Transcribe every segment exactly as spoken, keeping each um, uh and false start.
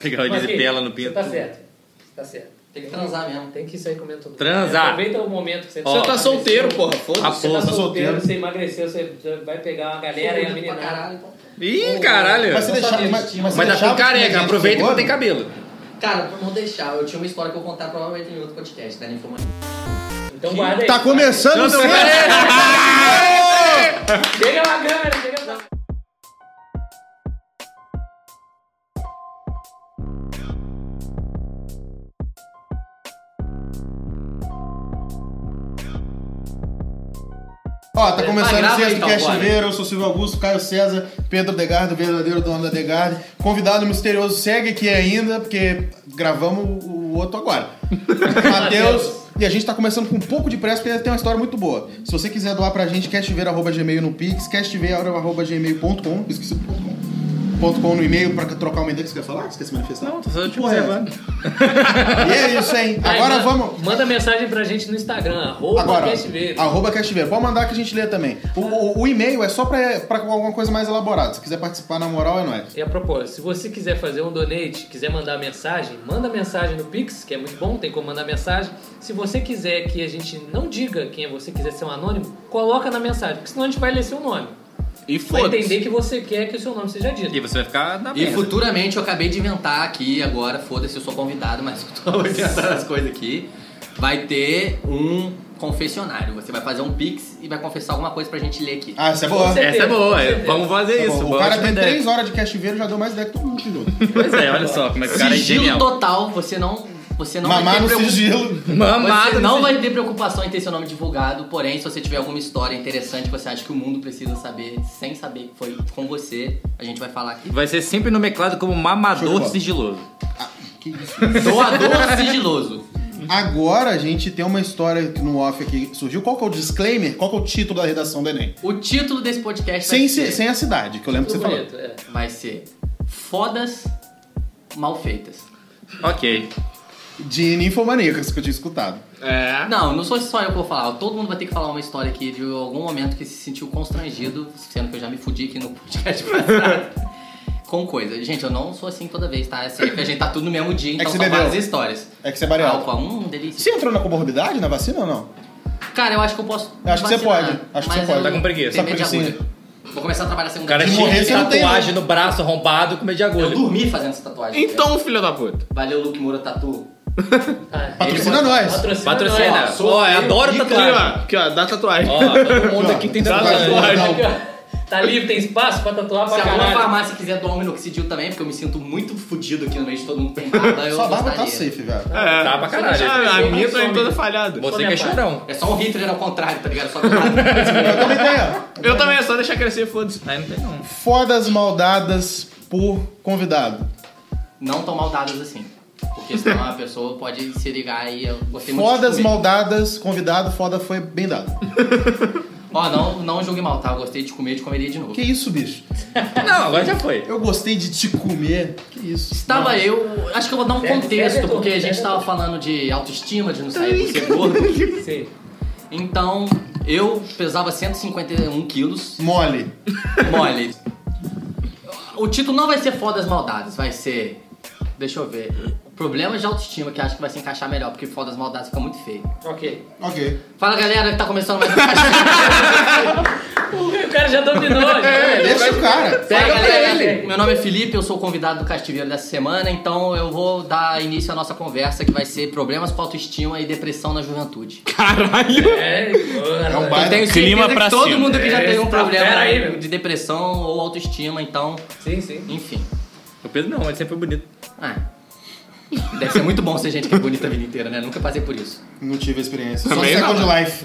Pegar o de pela no pinto. Você tá certo. Você tá certo. Tem que transar mesmo. Tem que sair comendo todo mundo. Transar. Aproveita o momento que você... Ó, Você tá solteiro, porra. Foda-se. A Você porra, tá tá solteiro, solteiro. você emagreceu, você vai pegar uma galera e a menina... Caralho, então. Ih, caralho. Mas você Não deixava, sabia mas, que tinha. mas você Mas dá deixava pra careca, gente aproveita que que não tem tem cabelo. Cara, pra não deixar, eu tinha uma história que eu vou contar provavelmente em outro podcast, da Ninfomania. Então guarda aí. Tá começando o seu... Chega na câmera, chega na... Ó, tá começando grava o sexto então, Cast bora. Veiro, eu sou Silvio Augusto, Caio César, Pedro Degardo, verdadeiro dono da Degarde. Convidado misterioso segue aqui ainda, porque gravamos o outro agora. Matheus. E a gente tá começando com um pouco de pressa, porque tem uma história muito boa. Se você quiser doar pra gente, castveiro arroba gmail no Pix, castveiro arroba gmail ponto com, esqueci do ponto com. Ponto .com no e-mail pra trocar uma ideia que você quer falar? Você quer se manifestar? Não, tô só te Porra, é. observando. E é isso, hein? Aí, Agora manda- vamos... Manda mensagem pra gente no Instagram, arroba Agora, castveiro. arroba Castveiro. Pode mandar que a gente lê também. O, o, o e-mail é só pra, pra alguma coisa mais elaborada. Se quiser participar na moral, é nóis. E a propósito, se você quiser fazer um donate, quiser mandar mensagem, manda mensagem no Pix, que é muito bom, tem como mandar mensagem. Se você quiser que a gente não diga quem é você, quiser ser um anônimo, coloca na mensagem, porque senão a gente vai ler seu nome. E Vai foda-se. entender que você quer que o seu nome seja dito. E você vai ficar na E merda. futuramente eu acabei de inventar aqui, agora, foda-se, eu sou convidado, mas eu tô inventando as coisas aqui. Vai ter um confessionário. Você vai fazer um pix e vai confessar alguma coisa pra gente ler aqui. Ah, essa é boa. Com certeza. Essa é boa, Com é. certeza. Vamos fazer Tá isso. bom. O boa cara ótima tem ideia. três horas de Castveiro, já deu mais ideia que todo mundo tirou. Pois é, olha só como é que o cara é Sigilo genial. total, você não, você não Mamar vai ter no preocupação. sigilo. Mamado Você não nesse- vai ter preocupação em ter seu nome divulgado, porém, se você tiver alguma história interessante que você acha que o mundo precisa saber, sem saber que foi com você, a gente vai falar aqui. Vai ser sempre nomenclado como Show de mamador bola. sigiloso. Ah, que isso? Doador sigiloso. Agora a gente tem uma história que no off aqui que surgiu. Qual que é o disclaimer? Qual que é o título da redação do Enem? O título desse podcast Sem, vai se- ser, sem a cidade, que eu lembro que você falou. Bonito, é. vai ser Fodas Mal Feitas. Ok. De ninfomaníacas que eu tinha escutado. É. Não, não sou só eu que vou falar. Todo mundo vai ter que falar uma história aqui de algum momento que se sentiu constrangido, sendo que eu já me fudi aqui no podcast passado. Com coisa. Gente, eu não sou assim toda vez, tá? É sério que a gente tá tudo no mesmo dia, então que você são bebeu. várias histórias. É que você é bariátrico. Álcool, hum, delícia. Você entrou na comorbidade na vacina ou não? Cara, eu acho que eu posso. Eu acho que você vacinar, pode. Acho que mas você pode. eu Tá com preguiça. tenho medo de Tá com agulha. preguiça. Vou começar a trabalhar O segunda cara De tinha morrer, você não tem, tatuagem no braço arrombado com medo de agulha. Eu dormi fazendo essa tatuagem. Então, filho da puta. Valeu, Luke Moura Tatu. Ah, Patrocina ele- nós. Patrocina, Patrocina. nós. Ó, eu adoro Aqui, tatuagem. ó. Aqui, ó. Dá tatuagem. Ó, todo mundo aqui tem Dá tatuagem. tatuagem. Tá livre, tem espaço pra tatuar Se pra alguma caralho. farmácia quiser doar um minoxidil também, porque eu me sinto muito fudido aqui no meio de todo mundo que tem barba, eu Sua barba tá gostaria. safe, velho. É. Tá pra caralho. Ah, a minha tá Some. toda falhada. Você que é chorão. É só um Hitler ao contrário, tá ligado? Só do lado. Eu também tenho. Eu também, é só deixar crescer, foda-se. Aí não tem não. Fodas maldadas por convidado. Não tão maldadas assim. Porque senão a pessoa pode se ligar e eu gostei muito Fodas de comer. maldadas, convidado, foda foi bem dado. Ó, não, não julgue mal, tá? Eu gostei de comer e de comeria de novo. Que isso, bicho? Não, agora já foi. Eu gostei de te comer. Que isso? Estava eu... Acho que eu vou dar um Deve- contexto, deve- porque a gente deve- tava falando de autoestima, de não sair por ser gordo. Sim. Então, eu pesava cento e cinquenta e um quilos, Mole. mole. O título não vai ser Fodas Maldadas, vai ser... Deixa eu ver. Problemas de autoestima, que acho que vai se encaixar melhor, porque Fodas Maldadas fica muito feio. Ok. Ok. Fala, galera, que tá começando mais um podcast. O cara já dominou. já. Deixa o cara. Fala, Pega galera. pra ele. Meu nome é Felipe, eu sou o convidado do Castiveiro dessa semana, então eu vou dar início à nossa conversa, que vai ser problemas com autoestima e depressão na juventude. Caralho. É, É um Eu baita. tenho Clima certeza pra que todo cima. mundo que já É, tem um tá problema fera aí, meu. de depressão ou autoestima, então, Sim, sim. enfim. O Pedro não, ele sempre foi bonito. Ah, deve ser muito bom ser gente que é bonita a vida inteira, né? Nunca passei por isso. Não tive a experiência. Só Também Second não. Life.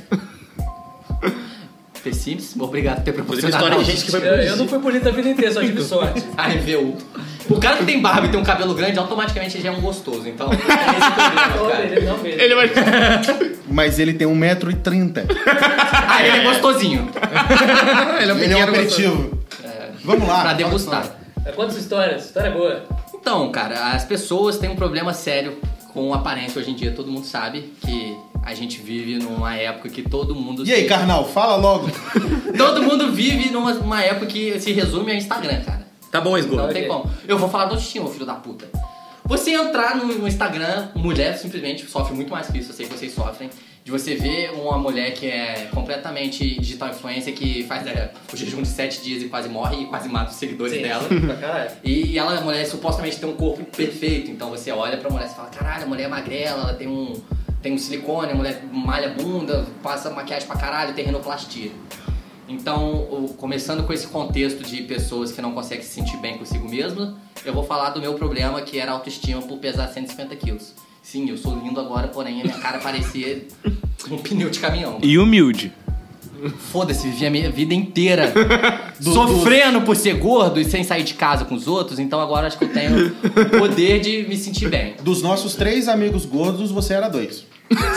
The Sims, obrigado por ter Inclusive, proporcionado. história de gente que foi Eu, eu não fui bonito a vida inteira, só tive sorte. Ai, viu? O cara que tem barba e tem um cabelo grande, automaticamente já é um gostoso, então não tem esse problema, cara. Ele não mesmo. Ele vai... Mas ele tem um metro e trinta. Ah, ele é gostosinho. ele é um Ele é um pequeno aperitivo. Vamos lá. Pra degustar. Quantas histórias? História boa. Então, cara, as pessoas têm um problema sério com aparência hoje em dia. Todo mundo sabe que a gente vive numa época que todo mundo... E aí, se- carnal, fala logo. Todo mundo vive numa, numa época que se resume a Instagram, cara. Tá bom, esgoto. Não tem como. Eu vou falar do autoestima, filho da puta. Você entrar no, no Instagram, mulher simplesmente sofre muito mais que isso, eu sei que vocês sofrem. De você ver uma mulher que é completamente digital influencer, que faz é, o jejum de sete dias e quase morre e quase mata os seguidores Sim, dela. pra caralho. E ela, a mulher, supostamente tem um corpo perfeito. Então você olha pra mulher e fala, caralho, a mulher é magrela, ela tem um, tem um silicone, a mulher malha a bunda, passa maquiagem pra caralho, tem rinoplastia. Então, o, começando com esse contexto de pessoas que não conseguem se sentir bem consigo mesma, eu vou falar do meu problema, que era a autoestima por pesar cento e cinquenta quilos. Sim, eu sou lindo agora, porém a minha cara parecia um pneu de caminhão. E humilde. Foda-se, vivi a minha vida inteira sofrendo por ser gordo e sem sair de casa com os outros, então agora acho que eu tenho o poder de me sentir bem. Dos nossos três amigos gordos, você era dois.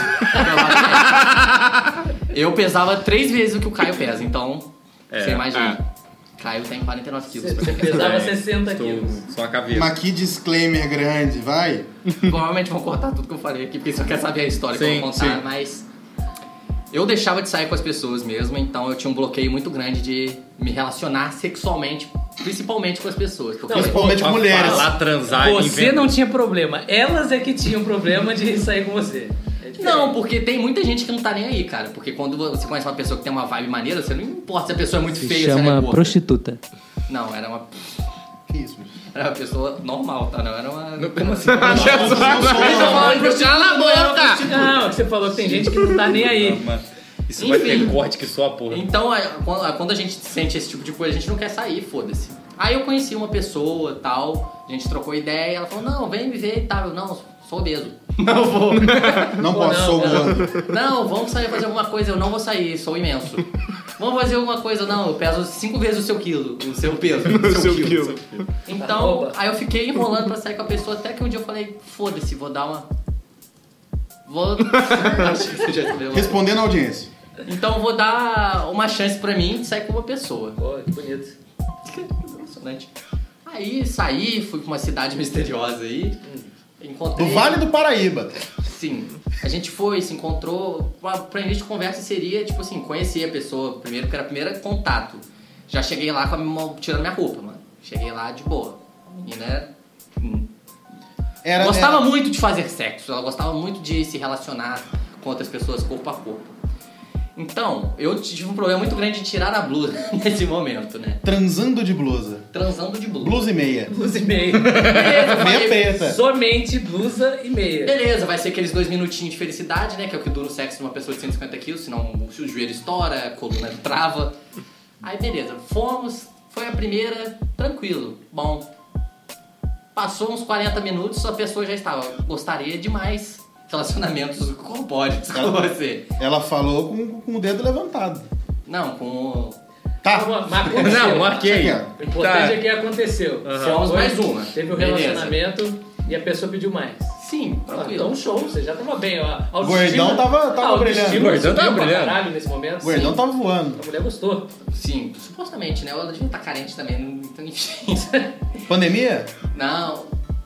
Eu pesava três vezes o que o Caio pesa, então É, você imagina. Caio tem quarenta e nove quilos. Você pesava É, sessenta estou- quilos. Só a caveira. Mas que disclaimer grande, vai. Provavelmente vão cortar tudo que eu falei aqui, porque só quer saber a história que eu Sim, vou contar, sim. mas eu deixava de sair com as pessoas mesmo, então eu tinha um bloqueio muito grande de me relacionar sexualmente, principalmente com as pessoas. Porque Não, Principalmente com mulheres. Falar, transar, Você inventa- não tinha problema, elas é que tinham problema de sair com você. É diferente. Não, porque tem muita gente que não tá nem aí, cara. Porque quando você conhece uma pessoa que tem uma vibe maneira, você não importa se a pessoa é muito feia, se ela é chama gorda. prostituta. Não, era uma, Que isso, bicho? era uma pessoa normal, tá? Não era uma... Não, como assim? Cala a boca! Não, é que você falou que tem gente que não tá nem aí. Não, mano. Isso vai Enfim. ter corte que só a porra. Então, é, quando quando a gente sente esse tipo de coisa, a gente não quer sair, foda-se. Aí eu conheci uma pessoa tal, a gente trocou ideia, ela falou, não, vem me ver e tal. Eu, não, sou obeso. Não vou. Não Pô, posso, não, sou não. gordo. Não, vamos sair fazer alguma coisa. Eu não vou sair, sou imenso. Vamos fazer alguma coisa. Não, eu peso cinco vezes o seu quilo. O seu peso. O seu, seu quilo. quilo. Então, Arroba. aí eu fiquei enrolando pra sair com a pessoa, até que um dia eu falei, foda-se, vou dar uma... Vou... Acho que você já entendeu. Respondendo a audiência. Então eu vou dar uma chance pra mim de sair com uma pessoa. Pô, que bonito. Impressionante. Aí saí, fui pra uma cidade misteriosa aí. Encontrei... Do Vale do Paraíba. Sim. A gente foi, se encontrou. Pra, pra início de conversa seria, tipo assim, conhecer a pessoa primeiro, porque era o primeiro contato. Já cheguei lá com a minha, tirando minha roupa, mano. Cheguei lá de boa. A menina era. hum. Era, Gostava era- muito de fazer sexo, ela gostava muito de se relacionar com outras pessoas corpo a corpo. Então, eu tive um problema muito grande de tirar a blusa nesse momento, né? Transando de blusa. Transando de blusa. Blusa e meia. Blusa e meia. Beleza, eu Meia falei, preta. Somente blusa e meia. beleza, vai ser aqueles dois minutinhos de felicidade, né? Que é o que dura o sexo de uma pessoa de cento e cinquenta quilos, senão o joelho estoura, a coluna trava. Aí beleza, fomos, foi a primeira, tranquilo, bom. Passou uns quarenta minutos, a pessoa já estava, gostaria de mais relacionamentos corpóreos com você. Ela falou com, com o dedo levantado. Não, com o... Tá. Mas aconteceu. Não, marquei. Aqui, O importante Tá. é que aconteceu. Fomos Foi, mais uma. Teve o Beleza. relacionamento e a pessoa pediu mais. Sim, Ah, tranquilo. então show, você já tava bem, ó. A Gordão tava- tava a autoestima brilhando. Gordão subiu tava pra brilhando. caralho nesse momento. O Gordão Sim. tava voando. A mulher gostou. Sim, supostamente, né? Ela devia estar carente também, então enfim. Pandemia? Não.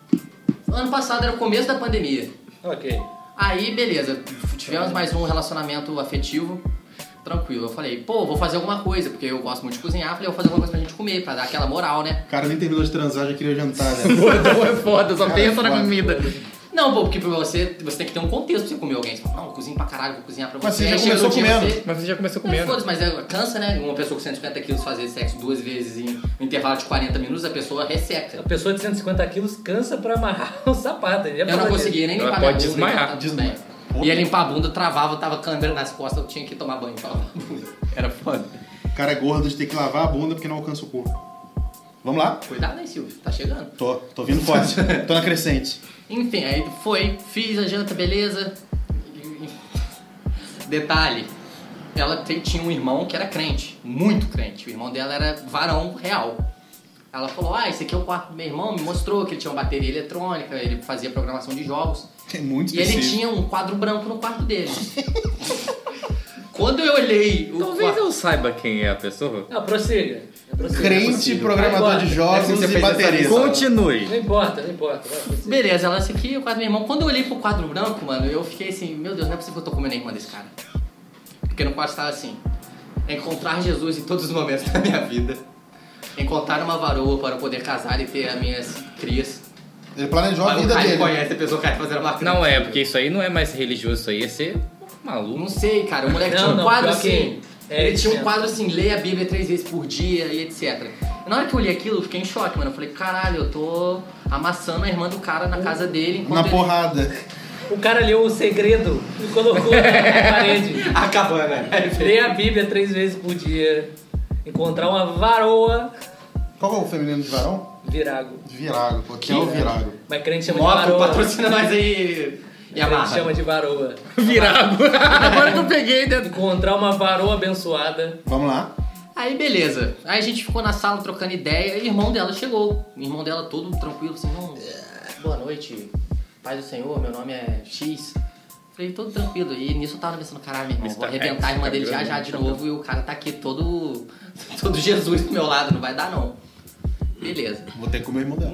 Ano passado era o começo da pandemia. Ok. Aí, beleza, tivemos mais um relacionamento afetivo, tranquilo. Eu falei, pô, vou fazer alguma coisa, porque eu gosto muito de cozinhar. Falei, vou fazer alguma coisa pra gente comer, pra dar aquela moral, né? O cara nem terminou de transar, já queria jantar, né? Gordão é foda, só Cara, pensa é na foda. comida. Não, pô, porque pra você, você tem que ter um contexto pra você comer alguém. Você fala, não, eu cozinho pra caralho, vou cozinhar pra você. Mas você já Aí chega começou no dia, comendo. você- Mas você já começou Mas comendo. foda-se, mas é, cansa, né? Uma pessoa com cento e cinquenta quilos fazer sexo duas vezes em um intervalo de quarenta minutos, a pessoa resseca. A pessoa de cento e cinquenta quilos cansa pra amarrar o sapato. Eu não conseguia nem Ela limpar pode minha bunda. desmaiar. então tá tudo bem. Ia limpar a bunda, travava, tava câmera nas costas, eu tinha que tomar banho pra lavar a bunda. Era foda. O cara é gordo de ter que lavar a bunda porque não alcança o corpo. Vamos lá? Cuidado aí, Silvio, tá chegando. Tô, tô vindo forte. Tô na crescente. Enfim, aí foi, fiz a janta, beleza. Detalhe, ela te- tinha um irmão que era crente, muito crente. O irmão dela era varão real. Ela falou, ah, esse aqui é o quarto do meu irmão, me mostrou que ele tinha uma bateria eletrônica, ele fazia programação de jogos. É muito E ele específico. tinha um quadro branco no quarto dele. Quando eu olhei o Talvez quarto... eu saiba quem é a pessoa. Não, prossiga. prossiga. Crente, programador de jogos Deve ser e você fez essa baterista. lição. Continue. Não importa, não importa. Vai, prossiga. Beleza, ela, esse aqui é o quadro do meu irmão. Quando eu olhei pro quadro branco, mano, eu fiquei assim, meu Deus, não é possível que eu tô comendo a irmã desse cara. Porque no quadro estava assim, encontrar Jesus em todos os momentos da minha vida. Encontrar uma varoa para poder casar e ter as minhas crias. Ele planejou a Mas o vida Caio dele. conhece a pessoa que tá fazendo uma crente. Não é, porque isso aí não é mais religioso, isso aí é ser maluco. Não sei, cara. O moleque Não, tinha um não, quadro pior que- assim. é, ele tinha um mesmo. quadro assim, leia a Bíblia três vezes por dia e etcétera. Na hora que eu li aquilo, eu fiquei em choque, mano. Eu falei, caralho, eu tô amassando a irmã do cara na casa dele. enquanto Na ele- porrada. O cara leu o segredo e colocou na parede. A cabana. Ler a Bíblia três vezes por dia. Encontrar uma varoa. Qual é o feminino de varão? Virago. Virago. Pô, que é o virago? Mas crente chama de Moto, varoa. patrocina nós aí. E Crente amarra. chama de varoa. Virago. Agora que eu peguei dentro. Encontrar uma varoa abençoada. Vamos lá. Aí beleza. Aí a gente ficou na sala trocando ideia e o irmão dela chegou. O irmão dela todo tranquilo, assim, não, boa noite, Pai do Senhor, meu nome é X. Falei, todo tranquilo. E nisso eu tava pensando, caralho, meu irmão, vou mister arrebentar a irmã dele já já de novo e o cara tá aqui todo, todo Jesus do meu lado, não vai dar não. Beleza. Vou ter que comer o irmão dela.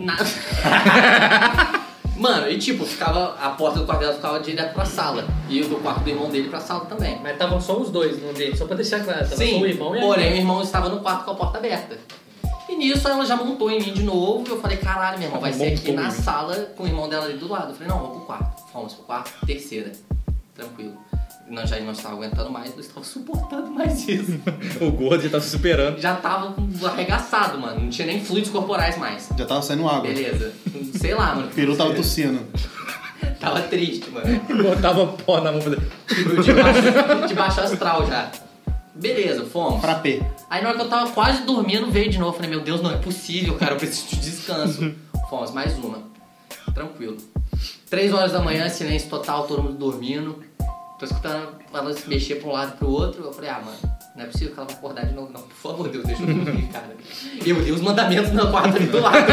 Na- Mano, e tipo, ficava, a porta do quarto dela ficava direto pra sala. E o do quarto do irmão dele pra sala também. Mas estavam só os dois no dele, só pra deixar claro. Tava Sim, só o irmão e a porém o irmã. irmão estava no quarto com a porta aberta. E nisso ela já montou em mim de novo e eu falei, caralho, meu irmão, vai ser aqui Montou na em mim. sala com o irmão dela ali do lado. Eu falei, não, vamos pro quarto. Fomos pro quarto, terceira. Tranquilo. Nós já não estava aguentando mais, não estava suportando mais isso. O gordo já tá se superando. Já tava arregaçado, mano. Não tinha nem fluidos corporais mais. Já tava saindo água. Beleza. Sei lá, mano. O peru tava tossindo. Tava triste, mano. Botava pó na mão pra Tipo, de baixo, de baixo astral já. Beleza, fomos. Frappé. Aí na hora que eu tava quase dormindo, veio de novo. Falei, meu Deus, não é possível, cara, eu preciso de descanso. Fomos, mais uma. Tranquilo. Três horas da manhã, silêncio total, todo mundo dormindo. Tô escutando ela se mexer pra um lado e pro outro. Eu falei, ah, mano, não é possível que ela vai acordar de novo, não. Por favor, Deus, deixa eu dormir, cara. Eu li os mandamentos no quarto ali do lado.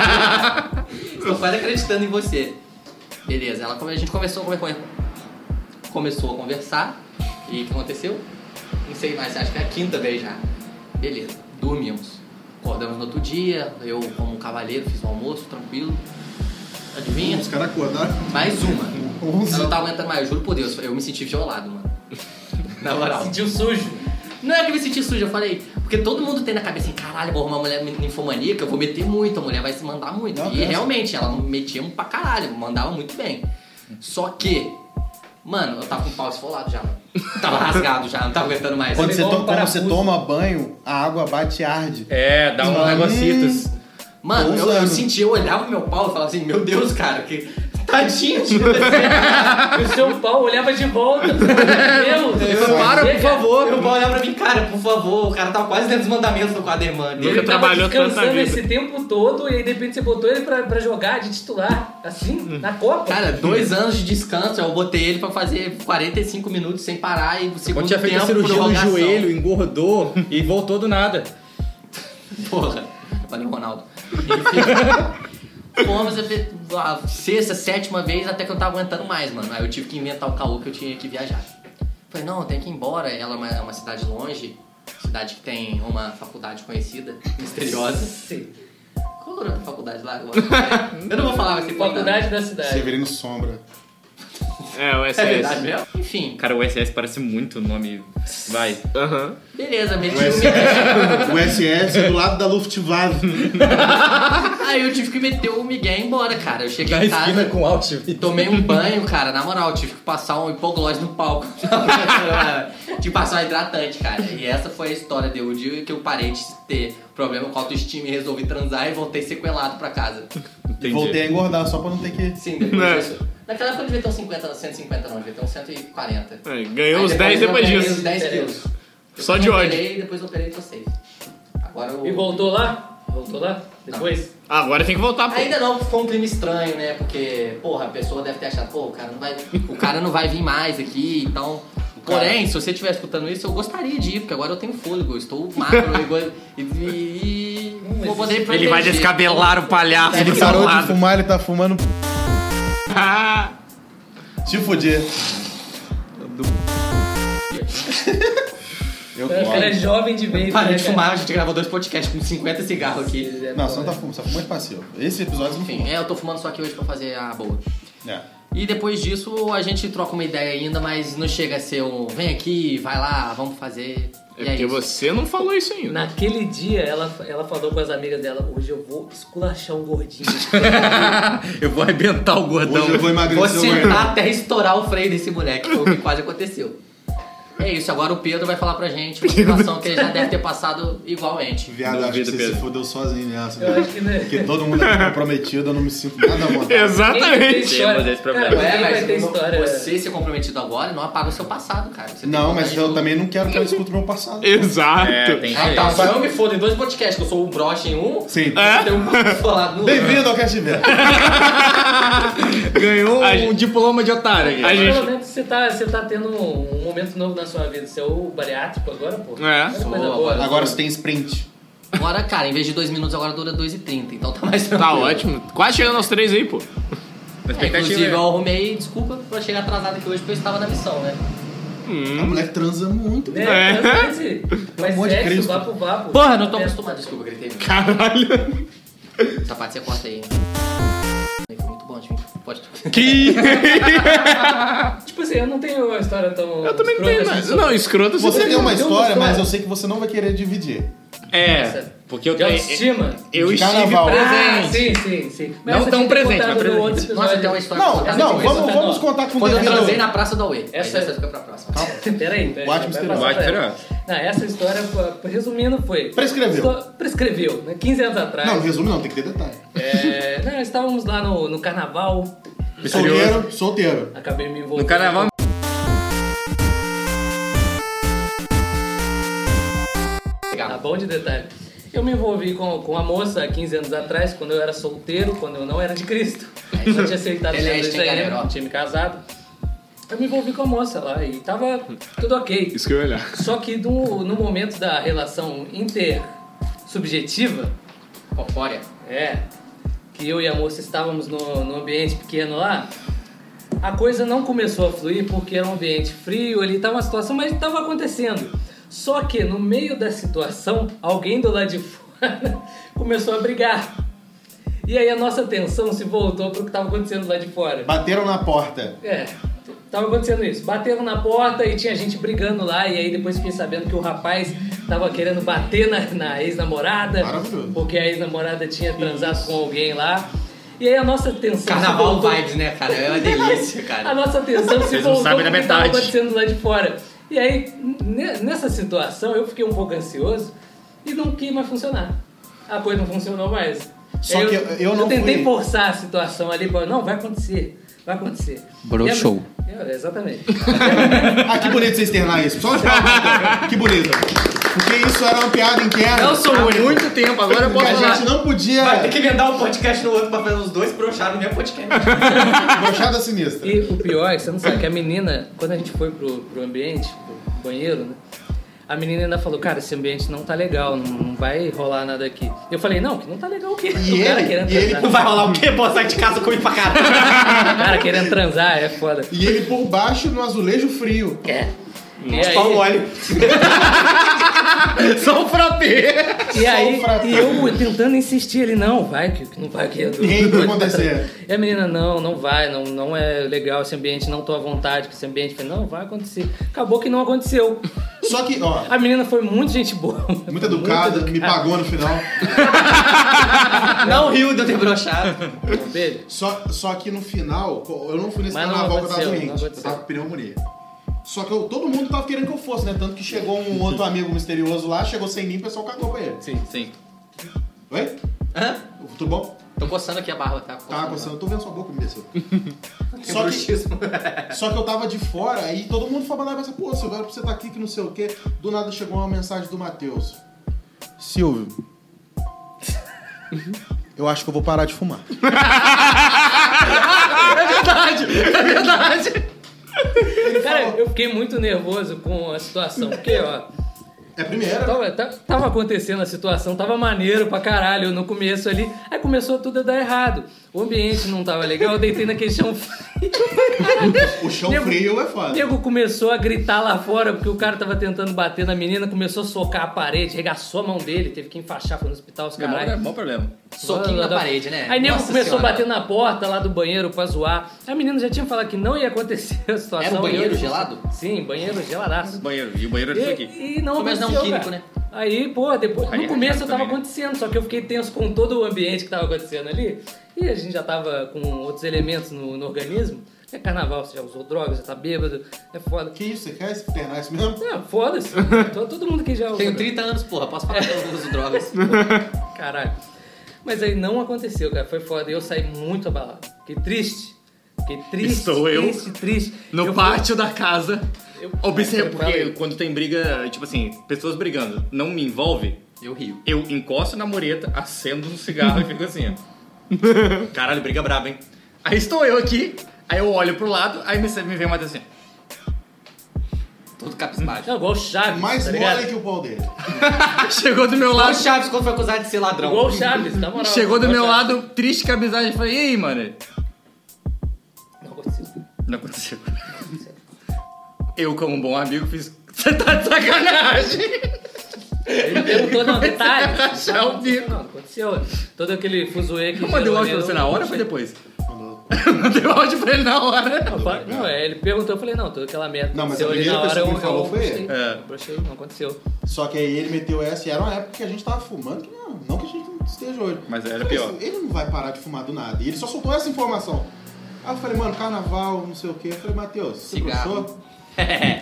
Estou quase acreditando em você. Beleza, ela, a gente começou, come- come- começou a conversar. E o que aconteceu? Não sei mais, acho que é a quinta vez já. Beleza, dormimos. Acordamos no outro dia, eu como um cavaleiro fiz o almoço, tranquilo. Adivinha? Os caras acordaram. Mais uma. onze. Eu não tava aguentando mais, eu juro por Deus, eu me senti violado, mano. Na moral. Sentiu sujo. Não é que eu me senti sujo, eu falei, porque todo mundo tem na cabeça assim, caralho, vou arrumar uma mulher ninfomaníaca, eu vou meter muito, a mulher vai se mandar muito. Não, e pensa. realmente, ela metia pra caralho, mandava muito bem. Só que, mano, eu tava com o pau esfolado já, mano. Tava rasgado já, não tava aguentando mais. Quando, Você você, pegou to- um quando parafuso. você toma banho, a água bate e arde. É, dá um Hum. negocitos. Mano, eu, eu Ousando. senti, eu olhava pro meu pau e falava assim, meu Deus, cara, que tadinho de você. E o seu pau olhava de volta. Meu Deus. Para, por favor. Meu Eu pau olhava pra mim, cara, por favor. O cara tava quase dentro dos mandamentos do quadro da irmã dele. Ele Nunca tava trabalhou tanta descansando vida. esse tempo todo e aí de repente você botou ele pra, pra jogar de titular, assim, na Copa. Cara, dois anos de descanso, eu botei ele pra fazer quarenta e cinco minutos sem parar e o Quando segundo tinha feito a tempo, cirurgia no prorrogação. joelho, engordou e voltou do nada. Porra, valeu, Ronaldo. Enfim, fomos a, a sexta, sétima vez até que eu não tava aguentando mais, mano. Aí eu tive que inventar o caô que eu tinha que viajar. Falei, não, eu tenho que ir embora. Ela é uma, é uma cidade longe, cidade que tem uma faculdade conhecida, misteriosa. Sim. Qual era a faculdade lá? Eu não vou falar, vai ser Faculdade da cidade. Severino Sombra. É, o S É verdade S. mesmo? Enfim, Cara, o S S parece muito o nome. Vai. Aham. beleza, meti O o S Miguel. O S S é do lado da Luftwaffe. Aí eu tive que meter o Miguel embora, cara. Eu cheguei Na em casa esquina com Alt. e tomei um banho, cara. Na moral, eu tive que passar um hipoglós no palco. Tive que passar um hidratante, cara. E essa foi a história de o dia que eu parei de ter problema com autoestima e resolvi transar e voltei sequelado pra casa. Entendi. Voltei a engordar só pra não ter que... Sim, depois Né? disso. Naquela época eu devia ter uns cinquenta, cento e cinquenta não, devia ter uns cento e quarenta. É, ganhou Aí uns dez eu depois ganhei disso. uns dez quilos. Só Depois de eu ódio. operei, depois eu operei e tô safe. Agora eu... E voltou lá? Voltou lá? Depois? Agora tem que voltar, pô. Ainda não, ficou um clima estranho, né? Porque, porra, a pessoa deve ter achado, pô, o cara não vai, o cara não vai vir mais aqui, então... Porém, se você estiver escutando isso, eu gostaria de ir, porque agora eu tenho fôlego, eu estou magro e, go- e, e vou poder proteger. Ele vai descabelar o palhaço Ele do seu parou de lado. fumar, ele tá fumando... Ah, Se fuder. Eu O cara é gosto. jovem de vez. Parei né, de cara? fumar, a gente gravou dois podcasts com cinquenta cigarros aqui. Não, você não tá fumando, você tá fumando passivo. Esse episódio não Enfim, fuma. é, eu tô fumando só aqui hoje pra fazer a boa. É. E depois disso a gente troca uma ideia ainda, mas não chega a ser um vem aqui, vai lá, vamos fazer. É E porque isso. você não falou isso ainda. Naquele dia, ela, ela falou com as amigas dela, hoje eu vou esculachar um gordinho. Eu vou arrebentar o gordão. Hoje eu vou Vou emagrecer o sentar gordão. até estourar o freio desse moleque, foi o que quase aconteceu. É isso, agora o Pedro vai falar pra gente uma situação que ele já deve ter passado igualmente. Viado, acho que Duvido, você Pedro. se fudeu sozinho nessa. Eu velho. acho que, né? Porque todo mundo aqui comprometido, eu não me sinto nada à vontade. Quem vai ter Exatamente. história? Temos esse problema. Cara, Ué, quem vai mas ter não- história? você ser comprometido agora não apaga o seu passado, cara. Você tem Não, que mas contar eu de também não quero que ela escute o meu passado. Exato. É, tem Ah, que tá, só eu me fodo em dois podcasts, que eu sou o broche em um, Sim. tem um falado no Bem-vindo ao Cast Ver. Ganhou A um gente- diploma de otário aqui. A Pelo gente... menos você tá, você tá tendo um momento novo na sua vida. Você é o bariátrico agora, pô. É. Olha que coisa Sou, boa. agora- Agora você tem sprint. Agora, cara, em vez de dois minutos, agora dura dois e trinta, então tá mais Tá tranquilo. ótimo. Quase chegando aos três aí, pô. A É, expectativa inclusive, eu é... arrumei desculpa pra chegar atrasado aqui hoje, porque eu estava na missão, né? A mulher transa muito. Né? É. Transante. Faz amor de sexo, Cristo. vapo, vapo. Porra, não tô É. acostumado, desculpa, gritei. Caralho. Essa parte você corta aí. Foi muito bom, gente. Pode. Que... Tipo assim, eu não tenho uma história tão. Eu também não tenho escrota nada. assim, Não, escroto Você tem uma Tem uma história, história. mas eu sei que você não vai querer dividir. É, porque eu De tenho... autoestima. Eu De estive carnaval. Ah, presente. sim, sim, sim. Não essa tão tinha que ter presente, contado mas no outro presente. episódio. Nossa, tem uma história. Não, pra contar. não, depois vamos, você tá vamos no- contar com Quando eu devido- transei na Praça da U E. Essa- Essa fica pra próxima. Peraí, peraí. Boate vai misteriosa. passar Boate pra ela. misteriosa. Não, essa história, pô, resumindo, foi. Prescreveu. Histó- Prescreveu, né? quinze anos atrás. Não, resumo não, tem que ter detalhe. É, não, estávamos lá no, no carnaval. Solteiro, solteiro. Acabei me envolvendo. No carnaval... Tá bom de detalhe. Eu me envolvi com, com a moça há quinze anos atrás, quando eu era solteiro, quando eu não era de Cristo. É, Não tinha aceitado Celeste, Jesus hein, ainda, galera, ó. não tinha me casado. Eu me envolvi com a moça lá e tava tudo ok. Isso que eu ia olhar. Só que no, no momento da relação intersubjetiva, Corpórea. é, que eu e a moça estávamos no, no ambiente pequeno lá, a coisa não começou a fluir porque era um ambiente frio, ali estava uma situação, mas estava acontecendo. Só que no meio da situação, alguém do lado de fora começou a brigar. E aí a nossa atenção se voltou para o que estava acontecendo lá de fora. Bateram na porta. É, tava acontecendo isso. Bateram na porta e tinha gente brigando lá. E aí depois fiquei sabendo que o rapaz tava querendo bater na, na ex-namorada. Maravilhoso. Porque a ex-namorada tinha transado com alguém lá. E aí a nossa atenção Carnaval se voltou... vibes, né, cara? É uma delícia, A cara. nossa atenção se Vocês não voltou sabem da pro que tava metade. acontecendo lá de fora. E aí, ne- nessa situação, eu fiquei um pouco ansioso e não quis mais funcionar. A coisa não funcionou mais. Só Aí que eu- eu não tentei fui- forçar a situação ali, pra, não, vai acontecer, vai acontecer. Broxou. E a- é, Exatamente. Ah, que bonito você externar isso. Só externar. Que bonito. Porque isso era uma piada interna. Eu sou Há único. muito tempo, agora eu Que posso a falar. gente não podia. Vai ter que emendar um podcast no outro pra fazer os dois broxados no mesmo podcast. Brochada sinistra. E o pior é que você não sabe que a menina, quando a gente foi pro, pro ambiente, pro banheiro, né? A menina ainda falou, cara, esse ambiente não tá legal, não, não vai rolar nada aqui. Eu falei, não, que não tá legal o quê? E o cara ele- querendo e ele- transar. Não vai rolar o quê? Pô, sai de casa comigo pra caralho. O cara querendo transar, é foda. E ele por baixo no azulejo frio. É. E Nossa, aí, pau mole. Só um frappé. e, aí, Só um frappé. e eu tentando insistir, ele, não, vai, que que não vai aqui. Ninguém vai acontecer. E a menina, não, não vai, não, não é legal esse ambiente, não tô à vontade com esse ambiente. Eu falei, não, vai acontecer. Acabou que não aconteceu. Só que, ó, A menina foi muito gente boa. muito educada, me pagou no final. Não riu de eu ter broxado. Um beijo. Só, só que no final, eu não fui nesse Mas não carnaval que eu tava aconteceu, doente. não Eu aconteceu. tava com pneumonia. Só que eu- todo mundo tava querendo que eu fosse, né? Tanto que chegou um outro amigo misterioso lá, chegou sem mim, o pessoal cagou pra ele. Sim, sim. Oi? Hã? Tudo bom? Tô coçando aqui a barba, tá? Tá, coçando. Eu tô vendo sua boca, imbecil. Tem Só que, bruxismo. só que eu tava de fora e todo mundo foi mandar e pensar, pô, Silvio, era pra você estar aqui que não sei o quê. Do nada chegou uma mensagem do Matheus. Silvio, eu acho que eu vou parar de fumar. É verdade. Cara, eu fiquei muito nervoso com a situação, porque, ó, É a primeira. tava, ta- tava acontecendo a situação, tava maneiro pra caralho no começo ali, aí começou tudo a dar errado. O ambiente não tava legal, eu deitei naquele chão frio. O chão Nego- frio é O foda. nego começou a gritar lá fora porque o cara tava tentando bater na menina, começou a socar a parede, regaçou a mão dele, teve que enfaixar, foi no hospital, os É mó, é caralho. mó problema. Soquinho na parede, né? Aí nego Nossa começou senhora. a bater na porta lá do banheiro pra zoar. Aí a menina já tinha falado que não ia acontecer a situação. Era um banheiro Eu- gelado? Sim, banheiro geladaço. Banheiro. E o banheiro é isso aqui. E, e não Mas não aconteceu, químico, cara. né? Aí, pô, depois, Aí no é começo reto tava também, né? acontecendo, só que eu fiquei tenso com todo o ambiente que tava acontecendo ali. E a gente já tava com outros elementos no, no organismo. É carnaval, você já usou drogas, já tá bêbado, é foda. Que isso, você quer se internar isso mesmo? Não, foda-se. Todo, todo mundo que já usou Tenho droga. trinta anos, porra, posso falar que eu uso drogas. Caralho. Mas aí não aconteceu, cara. Foi foda. E eu saí muito abalado. Fiquei triste. Fiquei triste. Estou eu triste, triste. No Eu pátio da casa. fui- eu- Observa, eu porque falei, quando tem briga, tipo assim, pessoas brigando, não me envolve, Eu rio. eu encosto na mureta, acendo um cigarro e fico assim, ó. Caralho, briga braba, hein? Aí estou eu aqui, aí eu olho pro lado, aí me, me vem uma assim. Todo cabisbaixo. Não, igual o Chaves. Mais tá ligado? mole que o pau dele. Chegou do meu Igual o lado, Chaves quando foi acusado de ser ladrão. Igual o Chaves, na moral. chegou do Igual meu o Chaves. lado, triste, cabisagem, e falei, e aí, mano? Não aconteceu. Não aconteceu. Eu, como um bom amigo, fiz. Você tá de sacanagem! Ele perguntou, não, detalhes. Achar Não, o bico. não, aconteceu. Todo aquele fuzuê que Eu mandei o gerou áudio pra nele, você eu- na hora ou foi depois? Mandei o áudio pra ele na hora. Não, fa- não, é, ele perguntou, eu falei, não, toda aquela merda. Não, mas aconteceu a ali primeira na hora, pessoa eu, que falou eu foi brochei. ele. É. Eu brochei, não aconteceu. Só que aí ele meteu essa e era uma época que a gente tava fumando, que não, não que a gente não esteja hoje. Mas era Eu falei pior. assim, ele não vai parar de fumar do nada. E ele só soltou essa informação. Aí eu falei, mano, carnaval, não sei o quê. Eu falei, Matheus, você Cigarro. broxou? É.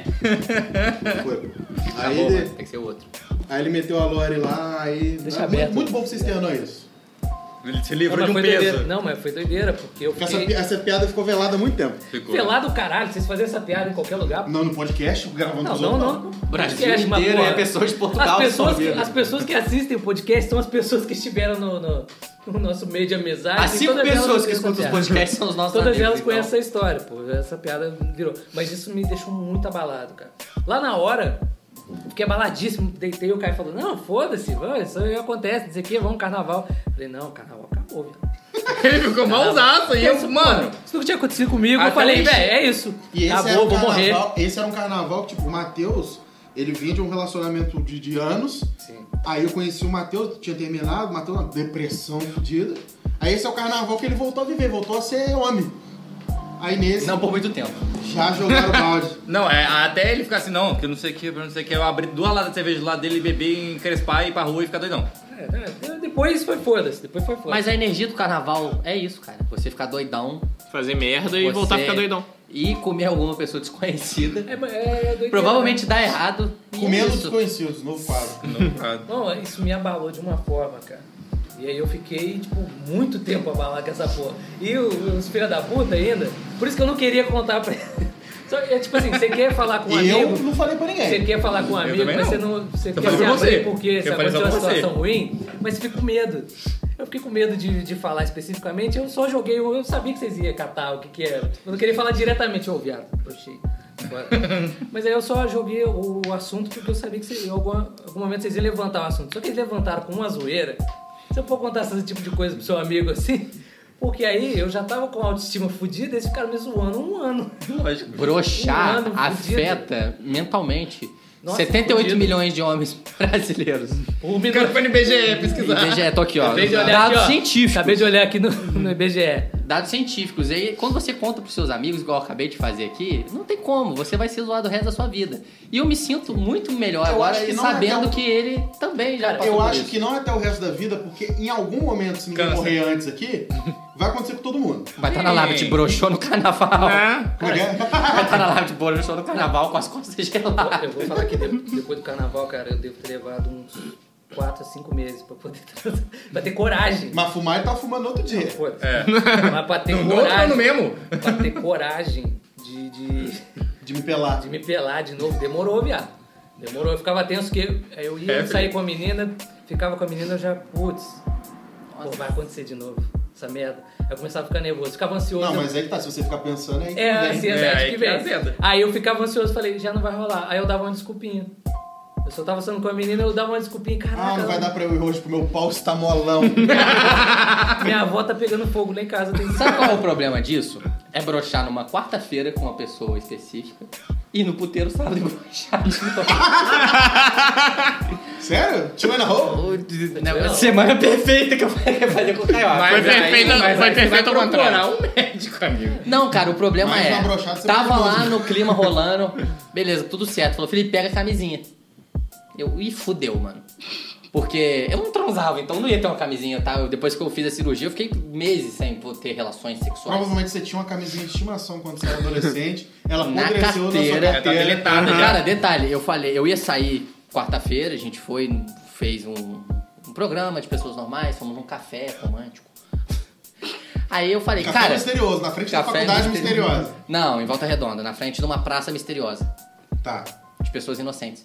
Foi. Aí Acabou, ele, mano. Tem que ser outro. aí ele meteu a Lore lá, aí... Deixa Ah, aberto. muito, muito bom que vocês tenham isso. Ele se Não, livrou mas de um foi peso. doideira. Não, mas foi doideira, porque eu Porque essa, fiquei... pi- essa piada ficou velada há muito tempo. Ficou. Pelado do caralho, vocês faziam essa piada em qualquer lugar? Não no podcast, gravando Não, com os não, outros, não. Brasil Podcast, mas, inteiro porra, é pessoas de Portugal As que pessoas estão que, ouvindo. as pessoas que assistem o podcast são as pessoas que estiveram no, no, no nosso meio de amizade. As e cinco todas elas pessoas que conhecem escutam os essa piada. podcasts são os nossos Todas amigos. elas então. conhecem essa história, pô. Essa piada virou. Mas isso me deixou muito abalado, cara. Lá na hora, fiquei abaladíssimo, deitei e o cara falou, não, foda-se, vai, isso aí acontece, dizer que vamos carnaval. Falei, não, carnaval acabou, velho. Ele ficou malzaço e eu, mano. Isso nunca tinha acontecido comigo. Eu Até falei, hoje- velho, é isso. E esse, era acabou, um vou morrer. carnaval, esse era um carnaval que, tipo, o Matheus, ele vinha de um relacionamento de, de anos. Sim. Aí eu conheci o Matheus, tinha terminado, o Matheus uma depressão fodida. Aí esse é o carnaval que ele voltou a viver, voltou a ser homem. Aí nesse, Não por muito tempo. já jogaram o balde. Não, é, até ele ficar assim, não, que eu não sei o que, não sei o que, eu abri duas latas de cerveja do lado dele, beber, encrespar e ir pra rua e ficar doidão. É, é, depois foi foda-se, depois foi foda-se. Mas a energia do carnaval é isso, cara. Você ficar doidão. Fazer merda e você voltar a ficar doidão. E comer alguma pessoa desconhecida. É, é doideira, Provavelmente dá errado. e é Comendo isso. desconhecidos, novo quadro. Não, cara. Não, isso me abalou de uma forma, cara. E aí eu fiquei, tipo, muito tempo abalado com essa porra. E o- os filha da puta ainda, por isso que eu não queria contar pra ele. Só, é tipo assim, você quer falar com um E eu amigo, não falei pra você ninguém. quer falar com um amigo, também mas não. você não. Você Eu quer falei se com abrir você. porque Eu se falei só aconteceu uma com você. situação ruim, mas você fica com medo. Eu fiquei com medo de, de falar especificamente, eu só joguei, eu, eu sabia que vocês iam catar o que que era. Eu não queria falar diretamente, ô viado, brochei. Bora. Mas aí eu só joguei o, o assunto porque eu sabia que vocês, em algum, algum momento vocês iam levantar o assunto. Só que eles levantaram com uma zoeira. Se eu for contar esse tipo de coisa pro seu amigo assim, porque aí eu já tava com a autoestima fodida e eles ficaram me zoando um ano. Lógico. Broxar Um ano afeta mentalmente Nossa, setenta e oito fudido. milhões de homens brasileiros. O O minuto. cara foi no I B G E pesquisar. I B G E, tô aqui, ó. Acabei de olhar Dados aqui, ó. científicos. Acabei de olhar aqui no, no I B G E. Dados científicos. E aí, quando você conta pros seus amigos, igual eu acabei de fazer aqui, não tem como. Você vai ser zoado o resto da sua vida. E eu me sinto muito melhor Eu agora acho que não é sabendo até o- que ele também já passou Eu por acho isso. que não é até o resto da vida, porque em algum momento, se ninguém Cansa. morrer antes aqui, vai acontecer com todo mundo. Vai estar na live de broxou no carnaval. Né? Como é que é? Vai estar na live de broxou no carnaval com as costas geladas. Eu vou falar que de- depois do carnaval, cara, eu devo ter levado uns quatro a cinco meses pra poder transar. Pra ter coragem. Mas fumar ele tá fumando outro dia. Foda-se. É. Mas pra ter No outro ou coragem. no mesmo? Pra ter coragem de, de, De me pelar. de me pelar de novo. Demorou, viado. Demorou. Eu ficava tenso que eu ia É, sair filho. com a menina, ficava com a menina, eu já, putz, pô, vai acontecer de novo. Essa merda. Aí eu começava a ficar nervoso, ficava ansioso. Não, mas aí que tá, se você ficar pensando aí. É a vem. ansiedade É, aí que que é vem. azeda. Aí eu ficava ansioso, falei, já não vai rolar. Aí eu dava uma desculpinha. Eu só tava saindo com a menina, eu dava uma desculpinha, caraca. Ah, não vai ela- dar pra eu ir hoje, porque meu pau está molão. Minha avó tá pegando fogo lá em casa. Tem... Sabe qual é o problema disso? É broxar numa quarta-feira com uma pessoa específica e no puteiro sábado e broxar de novo. Sério? Two and a whole? Não, semana perfeita que eu falei com o Caio. Foi aí- perfeito, mas foi aí você perfeito ao vai contrário. procurar um médico, amigo. Não, cara, o problema Mais é. uma broxada, você Tava vai lá famoso. no clima rolando, beleza, tudo certo. Falou, Felipe, pega a camisinha. Eu, ih, fudeu, mano. Porque eu não transava, então não ia ter uma camisinha, tá? Eu- depois que eu fiz a cirurgia, eu fiquei meses sem ter relações sexuais. Provavelmente você tinha uma camisinha de estimação quando você era adolescente. Ela Na apodreceu na sua carteira. Tá carteira. habilitado já. Cara, detalhe, eu falei, eu ia sair quarta-feira, a gente foi, fez um, um programa de pessoas normais, fomos num café romântico. Aí eu falei, Café cara... misterioso, na frente da café faculdade misterioso. misteriosa. Não, em Volta Redonda, na frente de uma praça misteriosa, Tá. de pessoas inocentes.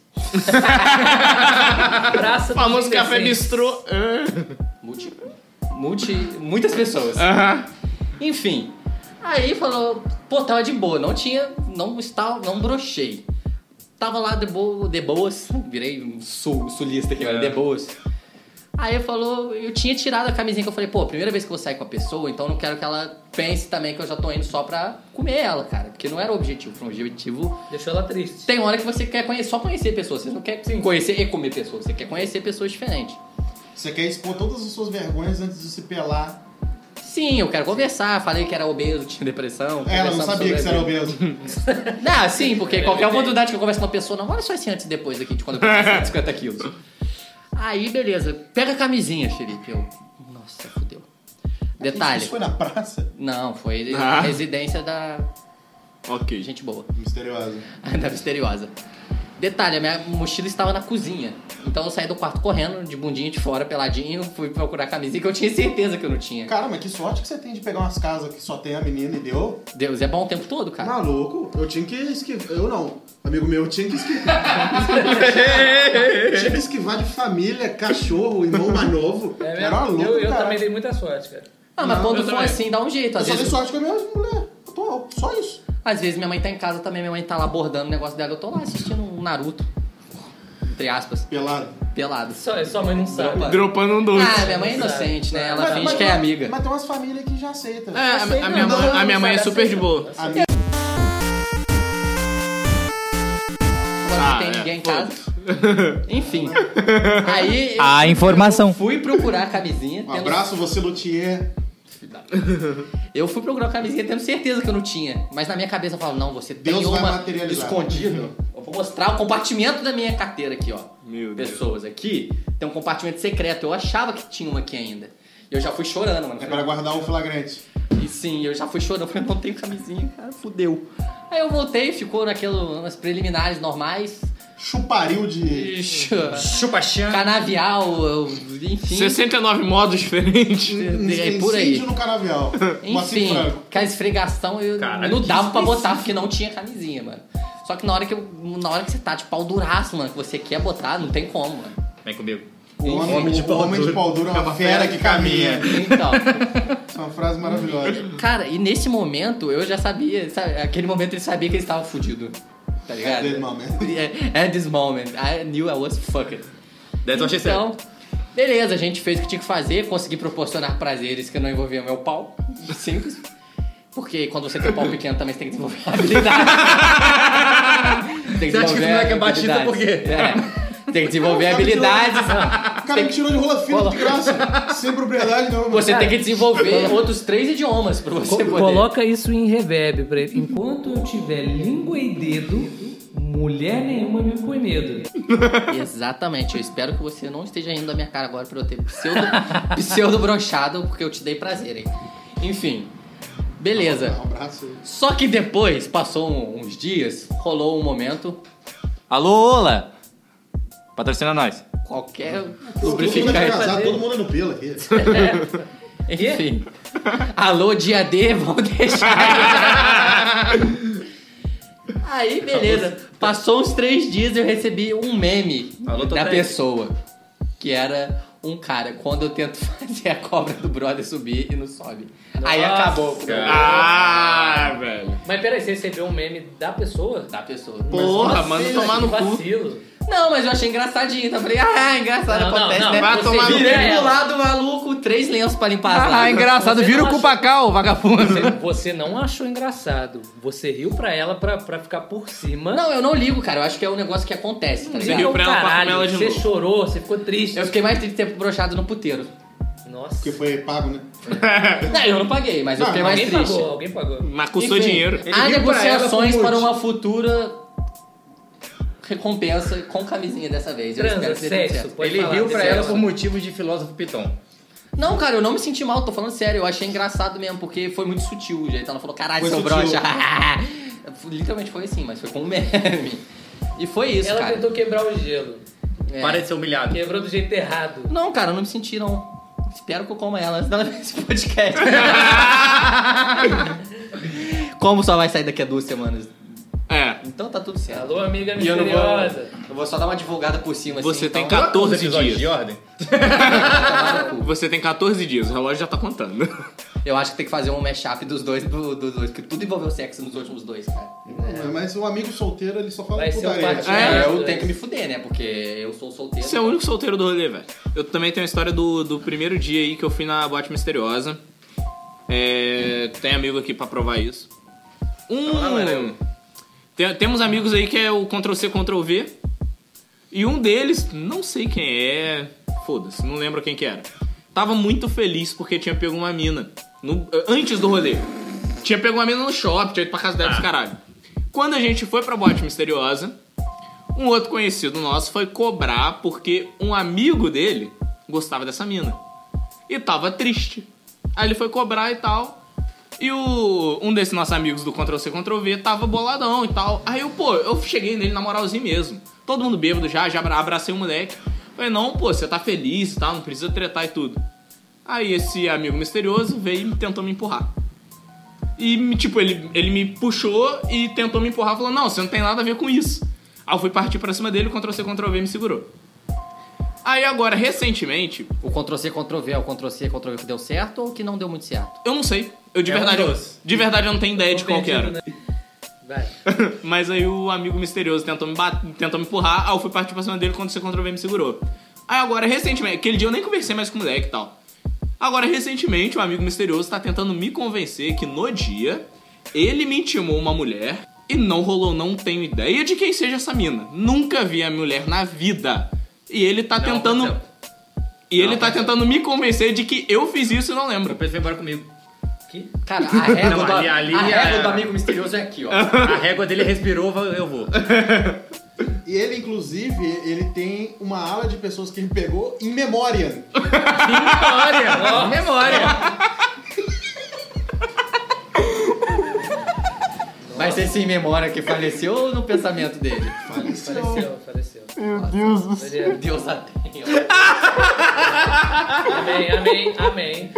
Praça dos Famoso café Indecentes. bistrô. Multi, multi, muitas pessoas. Aham. Enfim, aí falou, pô, tava de boa, não tinha, não estava, não brochei. Tava lá de, boa, de boas, virei um sul, sulista aqui, É. de boas. Aí eu falou, eu tinha tirado a camisinha que eu falei, pô, primeira vez que eu vou sair com a pessoa, então eu não quero que ela pense também que eu já tô indo só pra comer ela, cara. Porque não era o objetivo, foi um objetivo... Deixou ela triste. Tem hora que você quer conhecer, só conhecer pessoas, você não quer conhecer e comer pessoas, você quer conhecer pessoas diferentes. Você quer expor todas as suas vergonhas antes de se pelar. Sim, eu quero conversar, falei que era obeso, tinha depressão. Ela não conversamos sabia que você sobre era a vida. obeso. Não, sim, porque qualquer oportunidade que eu converso com uma pessoa, não, olha só esse antes e depois aqui, de quando eu perdi cento e cinquenta quilos. Aí, beleza, pega a camisinha, Felipe. Eu, nossa, fudeu. Detalhe, Isso foi na praça? não, foi Ah. residência da Ok. gente boa, Misteriosa. da misteriosa. Detalhe, a minha mochila estava na cozinha. Então eu saí do quarto correndo, de bundinha de fora, peladinho, fui procurar a camisinha que eu tinha certeza que eu não tinha. Cara, mas que sorte que você tem de pegar umas casas que só tem a menina e deu. Deus, é bom o tempo todo, cara. Maluco, eu tinha que esquivar. Eu não. Amigo meu, tinha que esquivar. tinha que esquivar de família, cachorro, irmão mais novo. É mesmo? Era uma louca, eu eu cara. também dei muita sorte, cara. Ah, mas Não, quando eu for também. assim, dá um jeito. Eu Às só dei vezes, sorte com a minha mulher. Eu tô, só isso. às vezes minha mãe tá em casa também, minha mãe tá lá abordando o negócio dela, eu tô lá assistindo um Naruto. Entre aspas, Pelado. pelado. Só, sua mãe não sabe. Dropa. Dropando um doce. Ah, minha mãe é inocente, né? Ela Mas- finge mas que é tem- amiga. Mas tem umas famílias que já aceitam. É, a, Aceita, a minha, não, mãe- não, a minha mãe é sabe, super de aceita. boa. Amiga, Agora Ah, não tem é, ninguém em casa. Enfim. Aí eu A informação. fui procurar a camisinha. um tendo- abraço, você luthier. Eu fui procurar a camisinha tendo certeza que eu não tinha. Mas na minha cabeça eu falo, não, você tem Deus vai uma materializar. escondida. Eu vou mostrar o compartimento da minha carteira aqui, ó. Meu Deus. Pessoas aqui, tem um compartimento secreto. Eu achava que tinha uma aqui ainda. E eu já fui chorando, mano. É para guardar o flagrante. E sim, eu já fui chorando, eu falei, não tenho camisinha, cara, fudeu. Aí eu voltei, ficou naquilo, nas preliminares normais. Chuparil de. Ixi, Chupa-chã. Canavial, eu- enfim. sessenta e nove modos diferentes. É por aí. Incêndio no canavial. Moacir Enfim, Franco. com a esfregação eu Caralho, não que dava pra botar porque não tinha camisinha, mano. Só que na hora que, eu, na hora que você tá de pau duraço, mano, que você quer botar, não tem como, mano. Vem comigo. O homem, Homem de o pau homem de duro. pau duro é uma fera que caminha. Então, Isso é uma frase maravilhosa. cara, e nesse momento eu já sabia, sabe? Aquele momento ele sabia que ele estava fudido. Tá ligado? At that moment. É, At this moment, I knew I was fucked. That's what she said. Então, beleza, a gente fez o que tinha que fazer, consegui proporcionar prazeres que não envolviam meu pau. Simples. Porque quando você tem um pau pequeno também você tem que desenvolver habilidade. Tem Você acha que esse moleque é batista habilidades. por quê? É. Tem que desenvolver habilidades. O cara me tirou de rola fina de graça. Sem propriedade, não. Você tem que desenvolver outros três idiomas pra você Co- poder. Coloca isso em reverb pra ele. Enquanto eu tiver língua e dedo, mulher nenhuma me põe medo. Exatamente, eu espero que você não esteja rindo da minha cara agora pra eu ter pseudo, pseudo brochado, porque eu te dei prazer, hein? Enfim, beleza. Um abraço. Só que depois, passou um- uns dias, rolou um momento, Alô, Ola. Patrocina nós. qualquer Todo mundo é lubrificante. casado, todo mundo é no pelo aqui. Enfim. Alô, dia D, vão deixar. Aí, beleza. Passou uns três dias e eu recebi um meme Alô, da Totec. pessoa. Que era um cara, quando eu tento fazer a cobra do brother subir e não sobe. Aí Nossa, acabou. cara. Ah, velho. Mas peraí, você recebeu um meme da pessoa? Da pessoa. Porra, Vacilo, manda tomar no que cu. vacilo. Não, mas eu achei engraçadinho. Então eu falei, ah, engraçado, Não, não, acontece, não, né? vai você tomar no vira Virei pro ela. lado maluco, três lenços pra limpar as Ah, lágrimas. engraçado. Você Vira não o acha- Cupacal, vagabundo. Você, você não achou engraçado. Você riu pra ela pra, pra ficar por cima. Não, eu não ligo, cara. Eu acho que é um negócio que acontece, tá Você ligado? riu pra ela, pra Caralho, comer ela de você novo. chorou, você ficou triste. Eu fiquei mais de tempo broxado no puteiro. Nossa. Porque foi pago, né? Não, eu não paguei, mas eu Não, fiquei mais Alguém triste. pagou, alguém pagou. Mas custou Enfim, dinheiro. Ele Há riu pra negociações ela por para motivo. uma futura recompensa com camisinha dessa vez. Eu Transa, espero que dê tudo sexo. certo. Pode Ele falar, riu pra sexo. ela por motivos de filósofo Piton. Não, cara, eu não me senti mal, tô falando sério. Eu achei engraçado mesmo, porque foi muito sutil o jeito. Ela falou, caralho, Foi seu sutil. broxa. Literalmente foi assim, mas foi com um meme. E foi isso, Ela cara. tentou quebrar o gelo. É. Para de ser humilhado. Quebrou do jeito errado. Não, cara, eu não me senti, não. Espero que eu coma ela antes dela ver esse podcast. Como só vai sair daqui a duas semanas? É. Então tá tudo certo. Alô, amiga E eu não vou, misteriosa. eu vou só dar uma divulgada por cima, Você assim. tem então, catorze Os episódios dias. de ordem. tomar no cu. Você tem catorze dias, o relógio já tá contando. Eu acho que tem que fazer um mashup dos dois, do- dos dois, porque tudo envolveu sexo nos últimos dois, cara. Mas o amigo solteiro, ele só fala Vai ser o putaria. parte- É, É, eu é. tenho que me fuder, né? Porque eu sou solteiro. Você é o único solteiro do rolê, velho. Eu também tenho a história do, do primeiro dia aí que eu fui na boate misteriosa. É, tem amigo aqui pra provar isso. Um. Então, não era eu. Tem- temos amigos aí que é o Ctrl-C, Ctrl-V. E um deles, não sei quem é. Foda-se, não lembro quem que era. Tava muito feliz porque tinha pego uma mina. no- antes do rolê. Tinha pego uma mina no shopping, tinha ido pra casa dela dos caralho. Quando a gente foi pra boate misteriosa, um outro conhecido nosso foi cobrar porque um amigo dele gostava dessa mina. E tava triste. Aí ele foi cobrar e tal. E o, um desses nossos amigos do Ctrl-C, Ctrl-V tava boladão e tal. Aí eu, pô, eu cheguei nele na moralzinha mesmo. Todo mundo bêbado já, já abra- abracei o moleque. Falei, não, pô, você tá feliz e tal, não precisa tretar e tudo. Aí esse amigo misterioso veio e tentou me empurrar. E, me- tipo, ele, ele me puxou e tentou me empurrar, falou, não, você não tem nada a ver com isso. Aí eu fui partir pra cima dele, o Ctrl-C, Ctrl-V me segurou. Aí agora, recentemente, O Ctrl-C, Ctrl-V é o Ctrl-C, Ctrl-V que deu certo ou que não deu muito certo? eu não sei. Eu de É um verdade, eu- dos. de verdade eu não tenho ideia de Tô qual que era. perdido, né? Vai. Mas aí o amigo misterioso tentou me, bat... tentou me empurrar, aí eu fui partir pra cima dele quando você Ctrl-V me segurou. Aí agora, recentemente, aquele dia eu nem conversei mais com o moleque e tal. Agora, recentemente, o amigo misterioso tá tentando me convencer que no dia ele me intimou uma mulher e não rolou, não tenho ideia de quem seja essa mina. Nunca vi a mulher na vida. E ele tá Não tentando. aconteceu. E ele Não tá aconteceu. tentando me convencer de que eu fiz isso e não O lembro. Pedro foi embora comigo. Que? Cara, a régua, Não, do, ali- ali a régua é- do amigo misterioso é aqui, ó. A régua dele respirou, eu vou. E ele, inclusive, ele tem uma ala de pessoas que ele pegou em memória. Memória! Memória! Vai ser sem memória que faleceu ou no pensamento dele? Faleceu, faleceu. Meu Deus. Deus a tenha. Amém, amém, amém.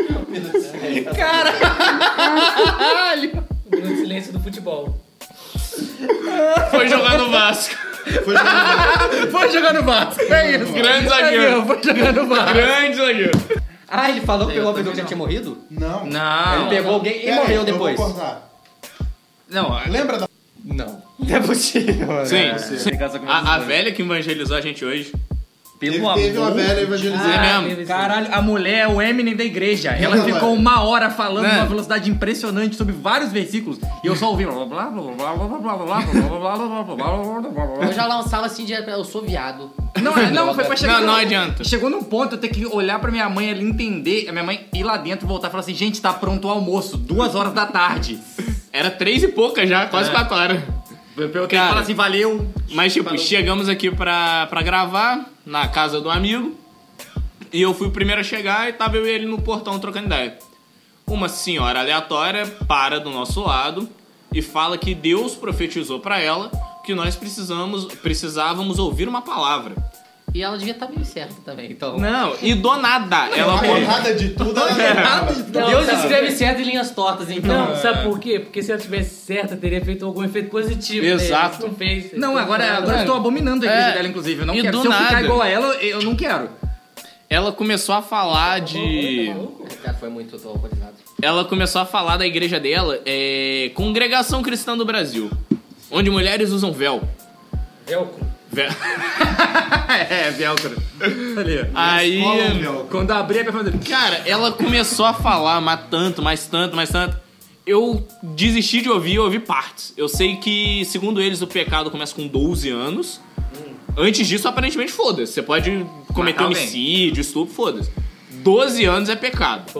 Caralho! Um minuto de silêncio do futebol. Foi jogar no Vasco. Foi jogar Foi jogar no Vasco. É isso. Grande zagueiro. Foi jogar no Vasco. Grande zagueiro. Ah, ele falou que pegou Eu uma pessoa também que já não. tinha morrido? Não. Não. Ele pegou alguém e Pera aí, morreu eu depois. vou cortar. Não, Lembra da... Não. Não é possível. Sim, né? sim. A, a velha que evangelizou a gente hoje. pelo Ele amor. teve uma velha evangelizando. É mesmo. teve sim. Caralho, a mulher é o Eminem da igreja. Ela Não, ficou mano. uma hora falando Né? numa velocidade impressionante sobre vários versículos. E eu só ouvi. blá, blá, blá, blá, blá, blá, blá, blá, blá, blá, blá, blá, blá, blá, blá. Eu já lançava assim direto, eu sou viado. Não, é- não, foi pra chegar. Não, não adianta. Chegou num ponto eu ter que olhar pra minha mãe ali, entender, a minha mãe ir lá dentro e voltar e falar assim: gente, tá pronto o almoço, duas horas da tarde. Era três e pouca já, quase É. quatro horas. Eu tenho que Cara. falar assim: valeu. Mas, tipo, Falou. chegamos aqui pra, pra gravar na casa do amigo. E eu fui o primeiro a chegar e tava eu e ele no portão trocando ideia. Uma senhora aleatória para do nosso lado e fala que Deus profetizou pra ela que nós precisamos, precisávamos ouvir uma palavra. E ela devia estar meio certa também, então. Não, e do nada ela Uma morreu. errada de tudo. Ela... Não, Deus sabe- escreve certo em linhas tortas, então. Não, sabe por quê? Porque se ela tivesse certa, teria feito algum efeito positivo. né? Exato. Isso não fez. Não, agora, agora eu estou abominando a igreja É. dela, inclusive. Eu não E quero. do Se eu ficar nada. igual a ela, eu não quero. Ela começou a falar de. O cara foi muito alcoolizado. Ela começou a falar da igreja dela, é. Congregação Cristã do Brasil. Onde mulheres usam véu. Velcro. Ve- é, velcro. Ali. Aí, Escola ou velcro? Quando abrir a pergunta dele. cara, ela começou a falar, mas tanto, mais tanto, mais tanto. Eu desisti de ouvir, eu ouvi partes. Eu sei que, segundo eles, o pecado começa com doze anos. Antes disso, aparentemente, foda-se. Você pode cometer Matar alguém. homicídio, estupro, foda-se. doze anos é pecado.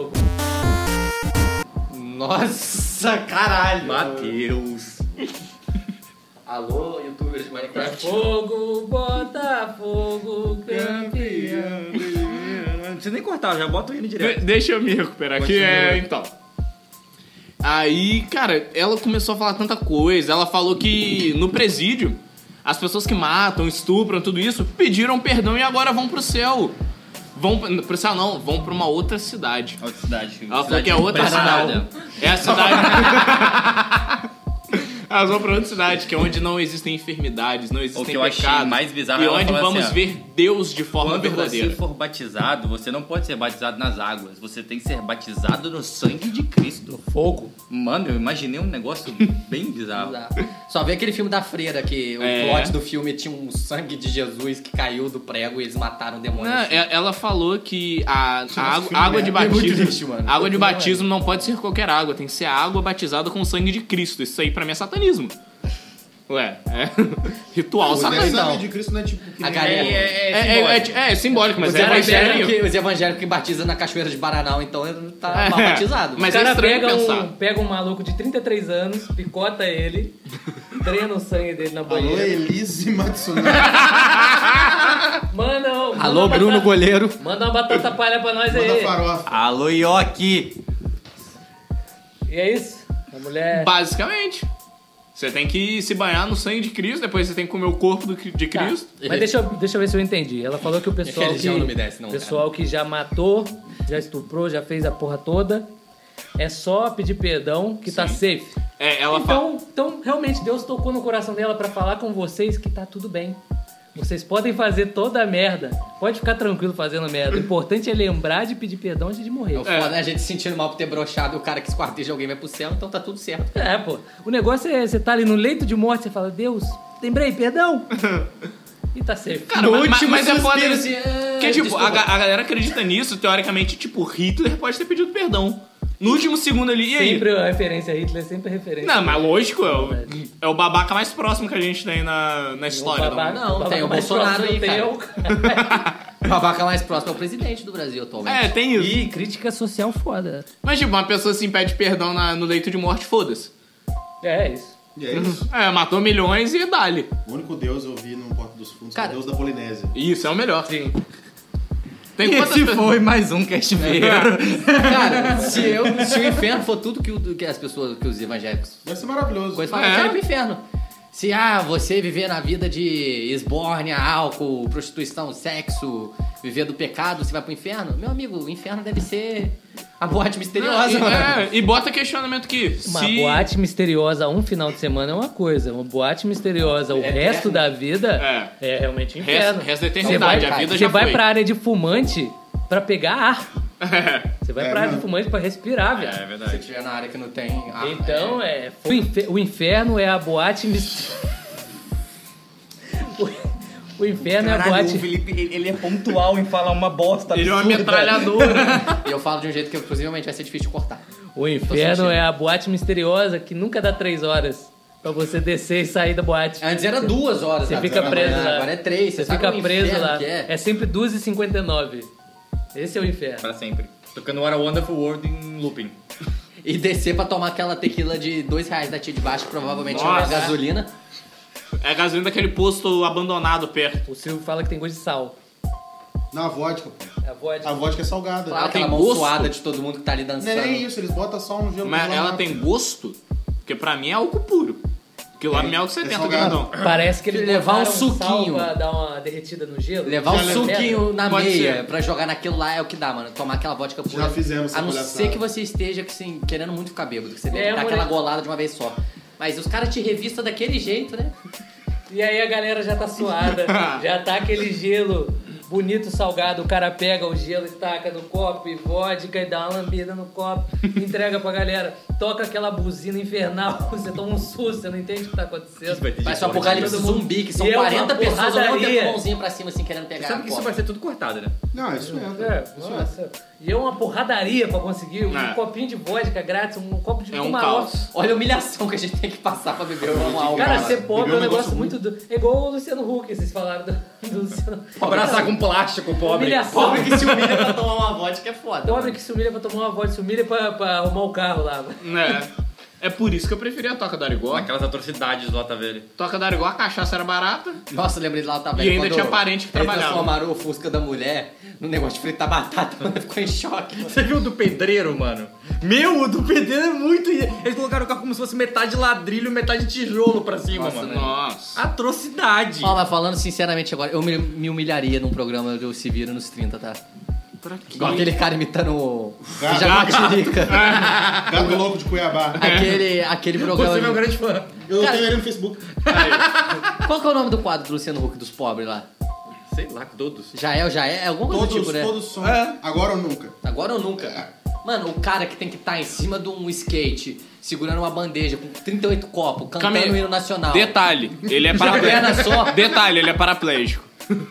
Nossa, caralho. Mateus. Alô, youtubers de Minecraft. Fogo, Botafogo, campeão. Não precisa nem cortar, já bota o hino direto. De- deixa eu me recuperar aqui. Continua. É, então. Aí, cara, ela começou a falar tanta coisa. Ela falou que no presídio, as pessoas que matam, estupram, tudo isso, pediram perdão e agora vão pro céu. Vão pro pro céu não, vão pra uma outra cidade. Outra cidade. Ela falou que é outra Paraná. cidade. É a cidade. Elas vão pra outra cidade, que é onde não existem enfermidades, não existem O que eu achei pecados. mais bizarro E é ela onde falar vamos assim, ó, ver Deus de forma Quando verdadeira. você for batizado, você não pode ser batizado nas águas. Você tem que ser batizado no sangue de Cristo. Fogo. Mano, eu imaginei um negócio bem bizarro. Só vê aquele filme da freira que o É. plot do filme tinha um sangue de Jesus que caiu do prego e eles mataram o demônio. Não, é- ela falou que a, a água, filme a água de é muito batismo, triste, mano. a água de Não é. batismo não pode ser qualquer água, tem que ser a água batizada com o sangue de Cristo. Isso aí pra mim é satanismo. Ué, é ritual O satânico. sangue então. de Cristo não é tipo... Que A nem- galera- É, é, É, é, é, é simbólico, mas Os é evangélicos, evangélico. que, os evangélicos que batizam na cachoeira de Bananal, então ele tá É. mal batizado. Mas o cara é estranho pega pensar. um, pega um maluco de trinta e três anos, picota ele, treina o sangue dele na Alô, banheira. Elise Matsunaga. Manda, manda Alô, uma Bruno batata- Goleiro. Manda uma batata palha pra nós Manda aí. farofa. Alô, Ioki! E é isso? A mulher. Basicamente. Você tem que se banhar no sangue de Cristo, depois você tem que comer o corpo do- de Tá, Cristo. mas deixa eu, deixa eu ver se eu entendi. Ela falou que o pessoal, que, religião não me desce, não, pessoal que já matou, já estuprou, já fez a porra toda, é só pedir perdão que tá safe. É, ela fala. Então, então, realmente, Deus tocou no coração dela pra falar com vocês que tá tudo bem. Vocês podem fazer toda a merda. Pode ficar tranquilo fazendo merda. O importante é lembrar de pedir perdão antes de morrer. É o foda, né? A gente se sentindo mal por ter broxado e o cara que esquarteja alguém vai pro céu, então tá tudo certo. É, pô. O negócio é você tá ali no leito de morte, você fala, Deus, lembrei, perdão. E tá safe. Cara, mas, mas, mas é foda. suspiro, assim, ah, Que tipo, a, desculpa. ga- a galera acredita nisso, teoricamente, tipo, Hitler pode ter pedido perdão. No último segundo ali, e aí? Sempre a referência a Hitler, sempre a referência. Não, mas lógico, é o, é o babaca mais próximo que a gente tem na, na história. Babaca- não. Não, babaca tem o mais Bolsonaro próximo aí, tem cara. eu. O babaca mais próximo é o presidente do Brasil atualmente. É, tem isso. Ih, crítica social foda. Mas tipo, uma pessoa assim pede perdão na- no leito de morte, foda-se. É, é isso. E é isso. É, matou milhões e dali. O único deus eu vi no Porto dos Fundos é Cara, o deus da Polinésia. Isso, é o melhor. Sim. Tem E quantas esse pe- foi mais um Castveiro. Cara, se, eu, se o inferno for tudo que, o- que as pessoas, que os evangélicos Deve ser maravilhoso. coisas falam, É. eu quero ir pro inferno. Se, ah, você viver na vida de esbórnia, álcool, prostituição, sexo, viver do pecado, você vai pro inferno? Meu amigo, o inferno deve ser a boate misteriosa, Não, mano. e, é, e bota questionamento aqui. Uma se... boate misteriosa um final de semana é uma coisa. Uma boate misteriosa o resto da vida é, realmente um inferno. Resto, resto da Você eternidade, vai, a vida você já vai foi. pra área de fumante pra pegar ar. Você vai É, pra área de mano. fumante pra respirar, velho. É Se verdade. estiver na área que não tem... ah, Então, é. O, infer- o inferno é a boate misteriosa. O inferno é a Caralho, boate. o Felipe, ele ele é pontual em falar uma bosta Ele é uma absurda. metralhadora. E eu falo de um jeito que, possivelmente, vai ser difícil de cortar. O inferno sentindo. é a boate misteriosa que nunca dá três horas pra você descer e sair da boate. Antes era duas horas. Você da fica manhã, preso lá. Agora é três. Você sabe fica o preso inferno lá. que é? É sempre duas e cinquenta e nove. Esse é o inferno. Pra sempre. Tocando What a Wonderful World em looping. E descer pra tomar aquela tequila de dois reais da tia de baixo, que provavelmente não é Nossa. gasolina. É a gasolina daquele posto abandonado perto. O Silvio fala que tem gosto de sal. Na vodka, pô. É a vodka. A vodka é salgada. Claro, aquela tem mão gosto? suada de todo mundo que tá ali Não dançando. é nem isso, eles botam só um gelo Mas congelado ela na- tem gosto, porque pra mim é álcool puro. Que lá é álcool setenta, salgado. grandão. Parece que eles Levar um botaram sal suquinho. pra dar uma derretida no gelo. Levar um Já suquinho na Pode meia ser. pra jogar naquilo lá é o que dá, mano. Tomar aquela vodka pura. Já fizemos essa A não palhaçada. ser que você esteja assim, querendo muito ficar bêbado, que você deve É, dar mulher. aquela golada de uma vez só. Mas os caras te revistam daquele jeito, né? E aí a galera já tá suada, já tá aquele gelo bonito, salgado. O cara pega o gelo e taca no copo e vodka e dá uma lambida no copo, entrega pra galera. toca aquela buzina infernal, você toma um susto, você não entende o que tá acontecendo. Parece um apocalipse zumbi, que são E é uma quarenta pessoas ao mesmo porradaria. tempo com a mãozinha pra cima, assim, querendo pegar Você sabe a que isso copa. vai ser tudo cortado, né? Não, isso mesmo. É, Isso mesmo. nossa. E é uma porradaria pra conseguir um É. copinho de vodka grátis, um copo de É um Kumarov. caos. Olha a humilhação que a gente tem que passar pra beber uma álcool. Cara, Cara, ser pobre beber é um um negócio negócio muito... Do... É igual o Luciano Huck, vocês falaram do, do Luciano Abraçar com plástico, pobre. Humilhação. Pobre que se humilha pra tomar uma vodka é foda. Pobre mano. que se humilha pra tomar uma vodka, se humilha pra, pra arrumar o carro lá. É. É por isso que eu preferia a Toca da Arigó. Aquelas atrocidades do Lata Velha. Toca da Arigó, a cachaça era barata. Nossa, lembrei de lá tá E ainda tinha parente que eles trabalhava. transformaram o Fusca da mulher no negócio de fritar batata, mano. Ficou em choque. Mano. Você viu o do pedreiro, mano? Meu, o do pedreiro é muito... Eles colocaram o carro como se fosse metade ladrilho e metade tijolo pra cima, Nossa, mano. Nossa. Atrocidade. Ó, mas falando sinceramente agora, eu me, me humilharia num programa do Se Vira nos trinta, tá? Pra quê? Igual aquele cara imitando o Gato. Jaguatirica. Gato louco de Cuiabá. aquele, aquele programa... Você é meu grande fã. Eu Cara- tenho ele no Facebook. Qual que é o nome do quadro do Luciano Huck dos pobres lá? Sei lá, todos. Já é ou já é? É alguma coisa do Todos, tipo, né? todos são. É. Agora ou nunca. Agora ou nunca? Mano, o cara que tem que estar em cima de um skate, segurando uma bandeja com trinta e oito copos, cantando Calma aí. o hino nacional. Detalhe, ele é De perna paraplégico. só. Detalhe, ele é paraplégico.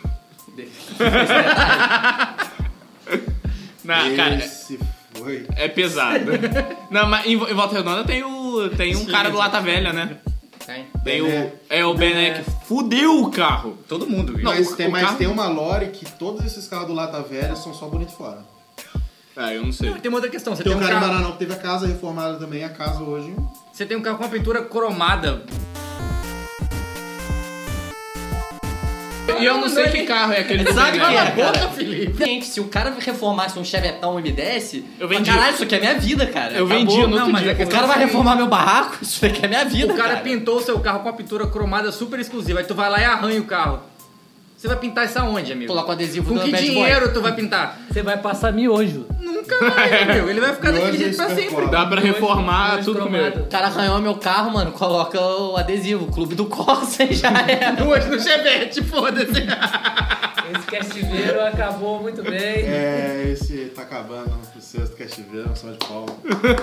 Não, cara, Esse foi. é pesado. Não, mas em, em Volta Redonda tem, o, tem um cara do Lata Velha, né? Tem. Tem o. Bené. É o Bené que fudeu o carro. Todo mundo, viu? Não, Mas, o- tem, o mas carro- tem uma lore que todos esses carros do Lata Velha são só bonitos fora. Ah, eu não sei. Tem uma outra questão. Você Tem tem, um um cara em carro, Maranhão que teve a casa reformada também, a casa hoje. você tem um carro com uma pintura cromada. E eu não sei que carro é aquele. Sabe o do que Bené. é, cara? Felipe. Gente, se o cara reformasse um Chevetão e me desse, Eu fala, vendi. caralho, isso aqui é minha vida, cara. Eu Acabou. vendi no Não, outro mas dia. é que- O cara vai reformar meu barraco, isso aqui é minha vida, O cara, pintou o seu carro com uma pintura cromada super exclusiva. Aí tu vai lá e arranha o carro. Você vai pintar isso aonde, amigo? Coloca o adesivo Com do que Bad Boy. dinheiro tu vai pintar? Você vai passar miojo. Nunca mais, amigo. Ele vai ficar daquele Hoje jeito pra isso é sempre. foda. Dá pra reformar Miojo tudo cromado. comigo. O cara arranhou meu carro, mano, coloca o adesivo, Clube do Corsa e já era. Duas no Chevette, foda-se. Esse castiveiro acabou muito bem. É, esse tá acabando o sexto cativeiro, só de palma.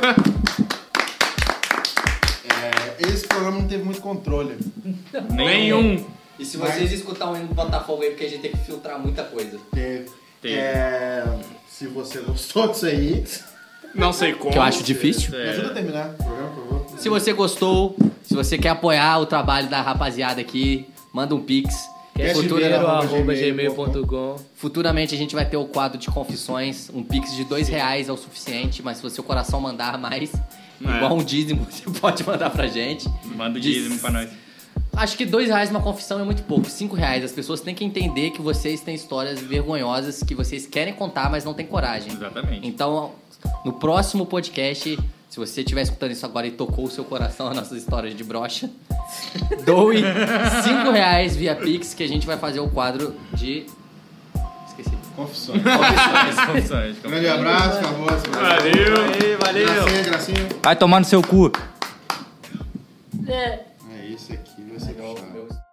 É, esse programa não teve muito controle. Nenhum. E se vocês escutarem o hino do Botafogo aí, porque a gente tem que filtrar muita coisa. Teve. Teve. É, se você gostou disso aí, Não sei como. Que eu acho difícil. me ajuda a terminar o programa, por favor. Se você gostou, se você quer apoiar o trabalho da rapaziada aqui, manda um pix. Castiveiro, arroba arroba gmail gmail ponto com. Futuramente a gente vai ter o quadro de confissões. Um pix de dois reais é o suficiente, mas se o seu coração mandar mais, É. igual um dízimo, você pode mandar pra gente. Manda o Diz- dízimo pra nós. Acho que dois reais uma confissão é muito pouco. Cinco reais. As pessoas têm que entender que vocês têm histórias vergonhosas que vocês querem contar, mas não têm coragem. Exatamente. Então, no próximo podcast, se você estiver escutando isso agora e tocou o seu coração as nossas histórias de brocha, doe cinco reais via Pix que a gente vai fazer o quadro de... Esqueci. Confissões. Confissões. Um grande abraço, famoso. Valeu. Valeu. Gracinha, gracinha. Vai tomar no seu cu. É. É, esse aqui vai ser puxado. Meu-